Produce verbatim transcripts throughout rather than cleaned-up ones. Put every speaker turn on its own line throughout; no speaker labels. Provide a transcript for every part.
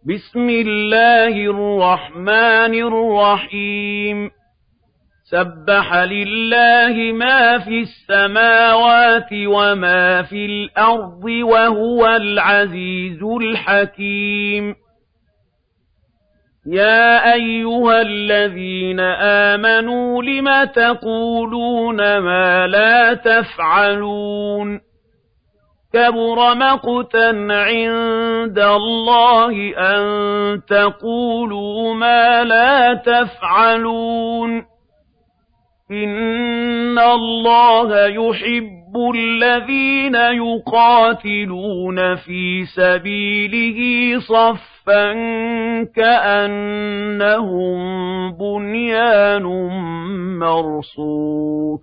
بسم الله الرحمن الرحيم سبح لله ما في السماوات وما في الأرض وهو العزيز الحكيم يا أيها الذين آمنوا لم تقولون ما لا تفعلون كبر مقتا عند الله أن تقولوا ما لا تفعلون إن الله يحب الذين يقاتلون في سبيله صفا كأنهم بنيان مرصوص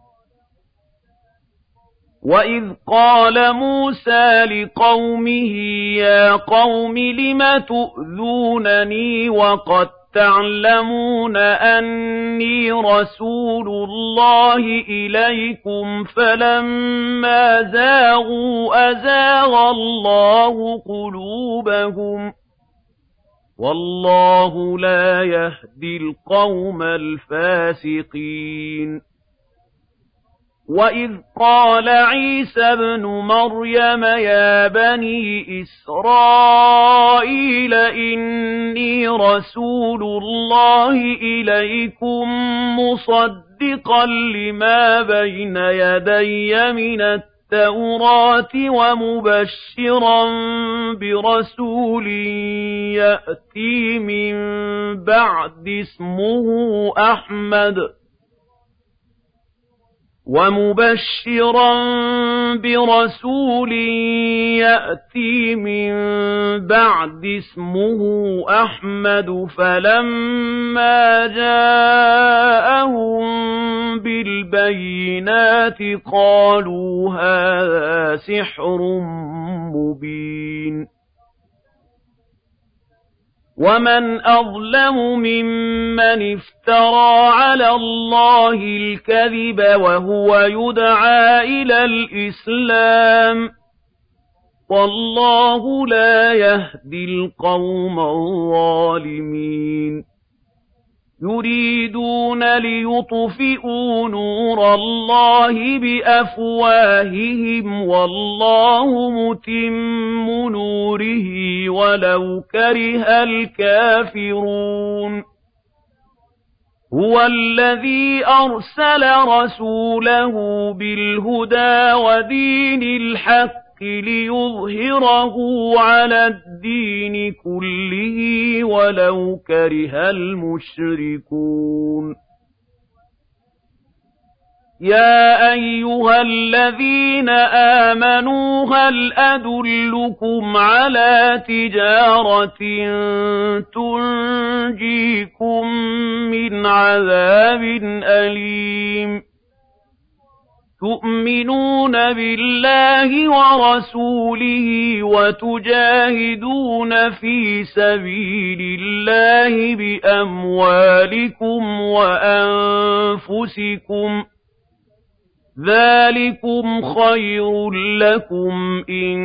وَإِذْ قَالَ مُوسَى لِقَوْمِهِ يَا قَوْمِ لِمَ تُؤْذُونَنِي وَقَدْ تَعْلَمُونَ أَنِّي رَسُولُ اللَّهِ إِلَيْكُمْ فَلَمَّا زَاغُوا أَزَاغَ اللَّهُ قُلُوبَهُمْ وَاللَّهُ لَا يَهْدِي الْقَوْمَ الْفَاسِقِينَ وَإِذْ قَالَ عِيسَى ابْنُ مَرْيَمَ يَا بَنِي إِسْرَائِيلَ إِنِّي رَسُولُ اللَّهِ إِلَيْكُمْ مُصَدِّقًا لِمَا بَيْنَ يَدَيَّ مِنَ التَّوْرَاةِ وَمُبَشِّرًا بِرَسُولٍ يَأْتِي مِن بَعْدِي اسْمُهُ أَحْمَدُ وَمُبَشِّرًا بِرَسُولٍ يَأْتِي مِن بَعْدِ اسْمُهُ أَحْمَدُ فَلَمَّا جَاءَهُم بِالْبَيِّنَاتِ قَالُوا هَٰذَا سِحْرٌ مُّبِينٌ وَمَنْ أَظْلَمُ مِمَّنِ افْتَرَىٰ عَلَى اللَّهِ الْكَذِبَ وَهُوَ يُدْعَىٰ إِلَى الْإِسْلَامِ وَاللَّهُ لَا يَهْدِي الْقَوْمَ الظَّالِمِينَ يُرِيدُونَ لِيُطْفِئُوا نُورَ اللَّهِ بِأَفْوَاهِهِمْ وَاللَّهُ مُتِمُّ نُورِهِ وَلَوْ كَرِهَ الْكَافِرُونَ هُوَ الَّذِي أَرْسَلَ رَسُولَهُ بِالْهُدَىٰ وَدِينِ الْحَقِّ لِيُظْهِرَهُ عَلَى الدِّينِ كُلِّهِ وَلَوْ كَرِهَ الْمُشْرِكُونَ يَا أَيُّهَا الَّذِينَ آمَنُوا هَلْ أَدُلُّكُمْ عَلَىٰ تِجَارَةٍ تُنجِيكُم مِّنْ عَذَابٍ أَلِيمٍ تُؤْمِنُونَ بِاللَّهِ وَرَسُولِهِ وَتُجَاهِدُونَ فِي سَبِيلِ اللَّهِ بِأَمْوَالِكُمْ وَأَنفُسِكُمْ ۚ ذَٰلِكُمْ خَيْرٌ لَّكُمْ إِن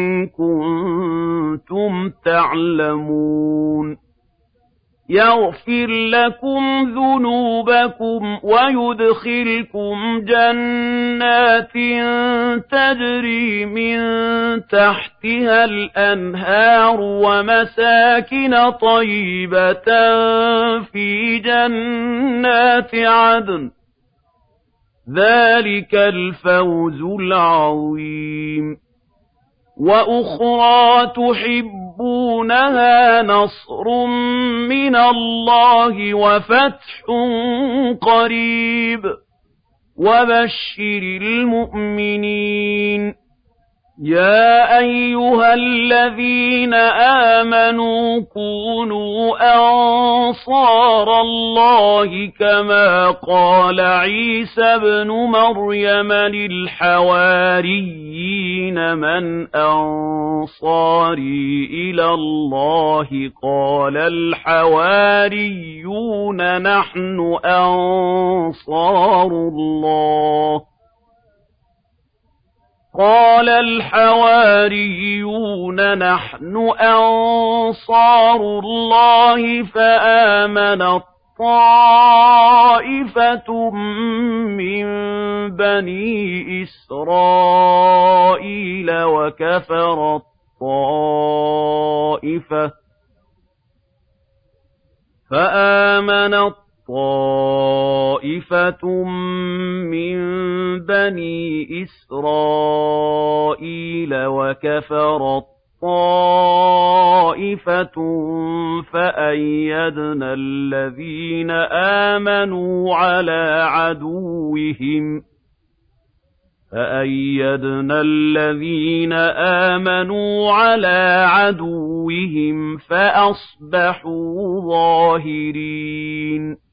كُنتُمْ تَعْلَمُونَ يَغْفِرْ لَكُمْ ذُنُوبَكُمْ وَيُدْخِلْكُمْ جَنَّاتٍ تَجْرِي مِن تَحْتِهَا الْأَنْهَارُ وَمَسَاكِنَ طَيِّبَةً فِي جَنَّاتِ عَدْنٍ ۚ ذَٰلِكَ الْفَوْزُ الْعَظِيمُ وَأُخْرَىٰ تُحِبُّونَهَا نَصْرٌ مِّنَ اللَّهِ وَفَتْحٌ قَرِيبٌ وَبَشِّرِ الْمُؤْمِنِينَ يَا أَيُّهَا الَّذِينَ آمَنُوا كُونُوا أَنصَارَ اللَّهِ كَمَا قَالَ عِيسَى ابْنُ مَرْيَمَ لِلْحَوَارِيِّينَ مَنْ أَنصَارِي إِلَى اللَّهِ قَالَ الْحَوَارِيُّونَ نَحْنُ أَنصَارُ اللَّهِ قَالَ الْحَوَارِيُّونَ نَحْنُ أَنصَارُ اللَّهِ فَآمَنَت طَّائِفَةٌ مِّن بَنِي إِسْرَائِيلَ وَكَفَرَت طَّائِفَةٌ فَآمَنَت طَّائِفَةٌ مِّن بَنِي إِسْرَائِيلَ وَكَفَرَت طَّائِفَةٌ فَأَيَّدْنَا الَّذِينَ آمَنُوا عَلَىٰ عَدُوِّهِمْ فَأَيَّدْنَا الَّذِينَ آمَنُوا عَلَىٰ عَدُوِّهِمْ فَأَصْبَحُوا ظَاهِرِينَ